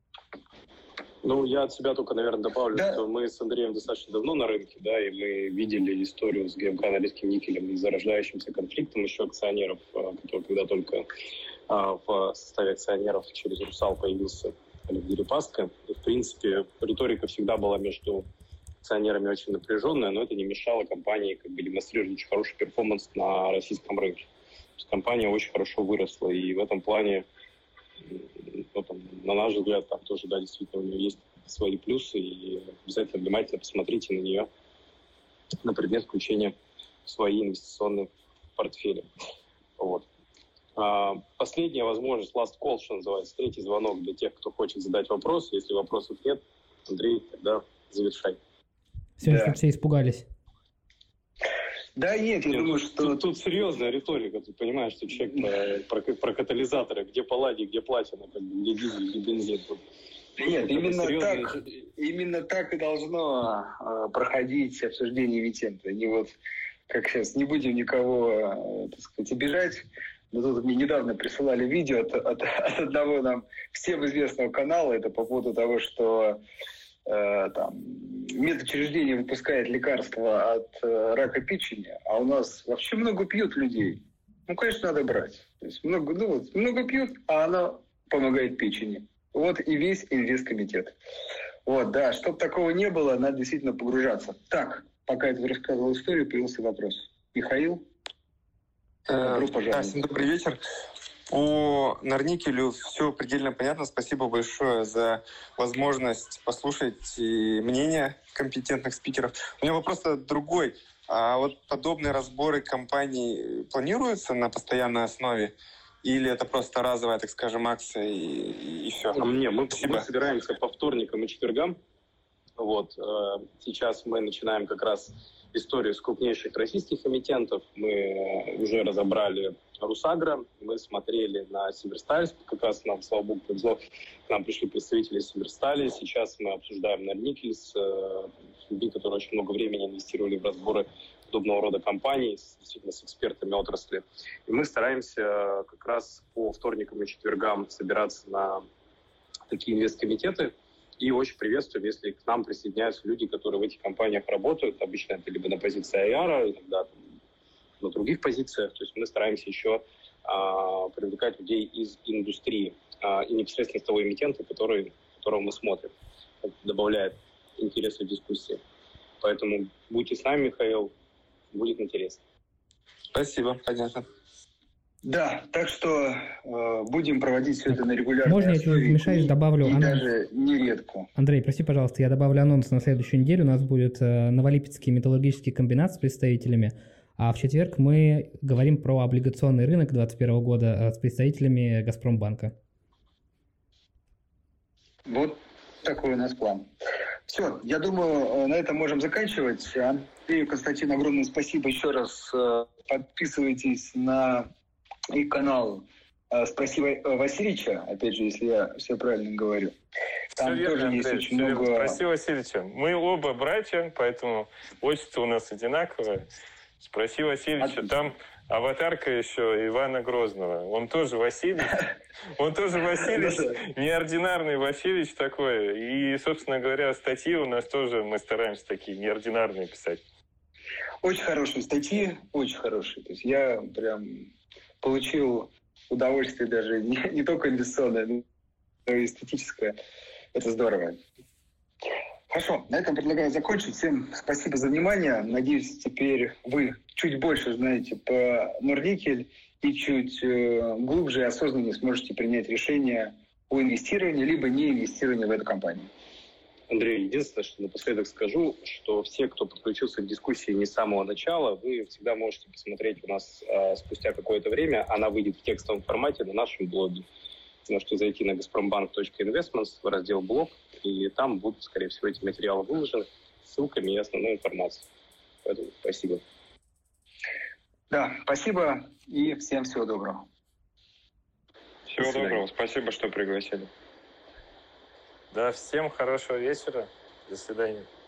S7: Ну, я от себя только, наверное, добавлю,
S5: да.
S7: что мы с Андреем достаточно давно на рынке, да, и мы видели историю с ГМК Норильским никелем и зарождающимся конфликтом еще акционеров, который когда только в составе акционеров через Русал появился Олег Дерипаска. И, в принципе, риторика всегда была между акционерами очень напряженная, но это не мешало компании как бы демонстрировать очень хороший перформанс на российском рынке. То есть компания очень хорошо выросла, и в этом плане, ну, там, на наш взгляд, там тоже, да, действительно, у нее есть свои плюсы, и обязательно внимательно посмотрите на нее на предмет включения в свои инвестиционные портфели. Вот. А, последняя возможность, last call, что называется, третий звонок для тех, кто хочет задать вопрос. Если вопросов нет, Андрей, тогда завершай.
S6: Все, да. Все испугались.
S5: Да нет, я нет, думаю,
S7: тут,
S5: что...
S7: Тут, тут серьезная риторика, ты понимаешь, что человек про, про, про катализаторы, где палладий, где платина, как бы, где дизель, где бензин. Тут,
S5: нет, именно так, именно так и должно э, проходить обсуждение эмитента. Не вот, как сейчас, не будем никого, э, так сказать, обижать. Но тут мне недавно присылали видео от, от, от одного нам всем известного канала, это по поводу того, что э, там, медучреждение выпускает лекарства от э, рака печени, а у нас вообще много пьют людей. Ну, конечно, надо брать. То есть много, ну, вот, много пьют, а она помогает печени. Вот и весь инвесткомитет. Вот, да, чтобы такого не было, надо действительно погружаться. Так, пока я рассказывал историю, появился вопрос. Михаил?
S8: Добро пожаловать. Да, всем добрый вечер. По Норникелю все предельно понятно. Спасибо большое за возможность послушать мнения компетентных спикеров. У меня вопрос другой. А вот подобные разборы компаний планируются на постоянной основе? Или это просто разовая, так скажем, акция и, и все?
S7: Не, мы, мы собираемся по вторникам и четвергам. Вот. Сейчас мы начинаем как раз историю с крупнейших российских эмитентов. Мы уже разобрали Русагро, мы смотрели на Северсталь, как раз нам, слава богу, повезло, к нам пришли представители Северстали. Сейчас мы обсуждаем Норникель с, с людьми, которые очень много времени инвестировали в разборы подобного рода компаний, с, действительно с экспертами отрасли. И мы стараемся как раз по вторникам и четвергам собираться на такие инвесткомитеты. И очень приветствуем, если к нам присоединяются люди, которые в этих компаниях работают. Обычно это либо на позиции ай ар, иногда там, на других позициях. То есть мы стараемся еще а, привлекать людей из индустрии а, и непосредственно с того эмитента, который, которого мы смотрим. Это добавляет интереса в дискуссии. Поэтому будьте с нами, Михаил, будет интересно.
S8: Спасибо, понятно.
S5: Да, так что э, будем проводить все это на регулярной
S6: Можно я чуть вмешаюсь, добавлю
S5: и
S6: анонс?
S5: Даже нередко.
S6: Андрей, прости, пожалуйста, я добавлю анонс на следующую неделю. У нас будет э, Новолипецкий металлургический комбинат с представителями, а в четверг мы говорим про облигационный рынок две тысячи двадцать первого года э, с представителями Газпромбанка.
S5: Вот такой у нас план. Все, я думаю, на этом можем заканчивать. Андрею, Константину, огромное спасибо еще раз. Подписывайтесь на их канал «Спроси Васильевича», опять же, если я все правильно говорю. Там
S4: все
S5: тоже
S4: верно,
S5: есть
S4: Андрей,
S5: очень много...
S4: «Спроси Васильевича». Мы оба братья, поэтому отчество у нас одинаковое. «Спроси Васильевича». Отлично. Там аватарка еще Ивана Грозного. Он тоже Васильевич. Он тоже Васильевич, неординарный Васильевич такой. И, собственно говоря, статьи у нас тоже, мы стараемся такие неординарные писать.
S5: Очень хорошие статьи, очень хорошие. То есть я прям получил удовольствие даже не, не только инвестиционное, но и эстетическое. Это здорово. Хорошо, на этом предлагаю закончить. Всем спасибо за внимание. Надеюсь, теперь вы чуть больше знаете по Норникель и чуть э, глубже и осознаннее сможете принять решение о инвестировании либо не инвестировании в эту компанию.
S7: Андрей, единственное, что напоследок скажу, что все, кто подключился к дискуссии не с самого начала, вы всегда можете посмотреть у нас э, спустя какое-то время. Она выйдет в текстовом формате на нашем блоге. Можете зайти на газпромбанк точка инвестментс в раздел «Блог», и там будут, скорее всего, эти материалы выложены с ссылками и основной информацией. Поэтому спасибо.
S5: Да, спасибо и всем всего доброго.
S2: Всего доброго. Спасибо, что пригласили.
S4: Да, всем хорошего вечера. До свидания.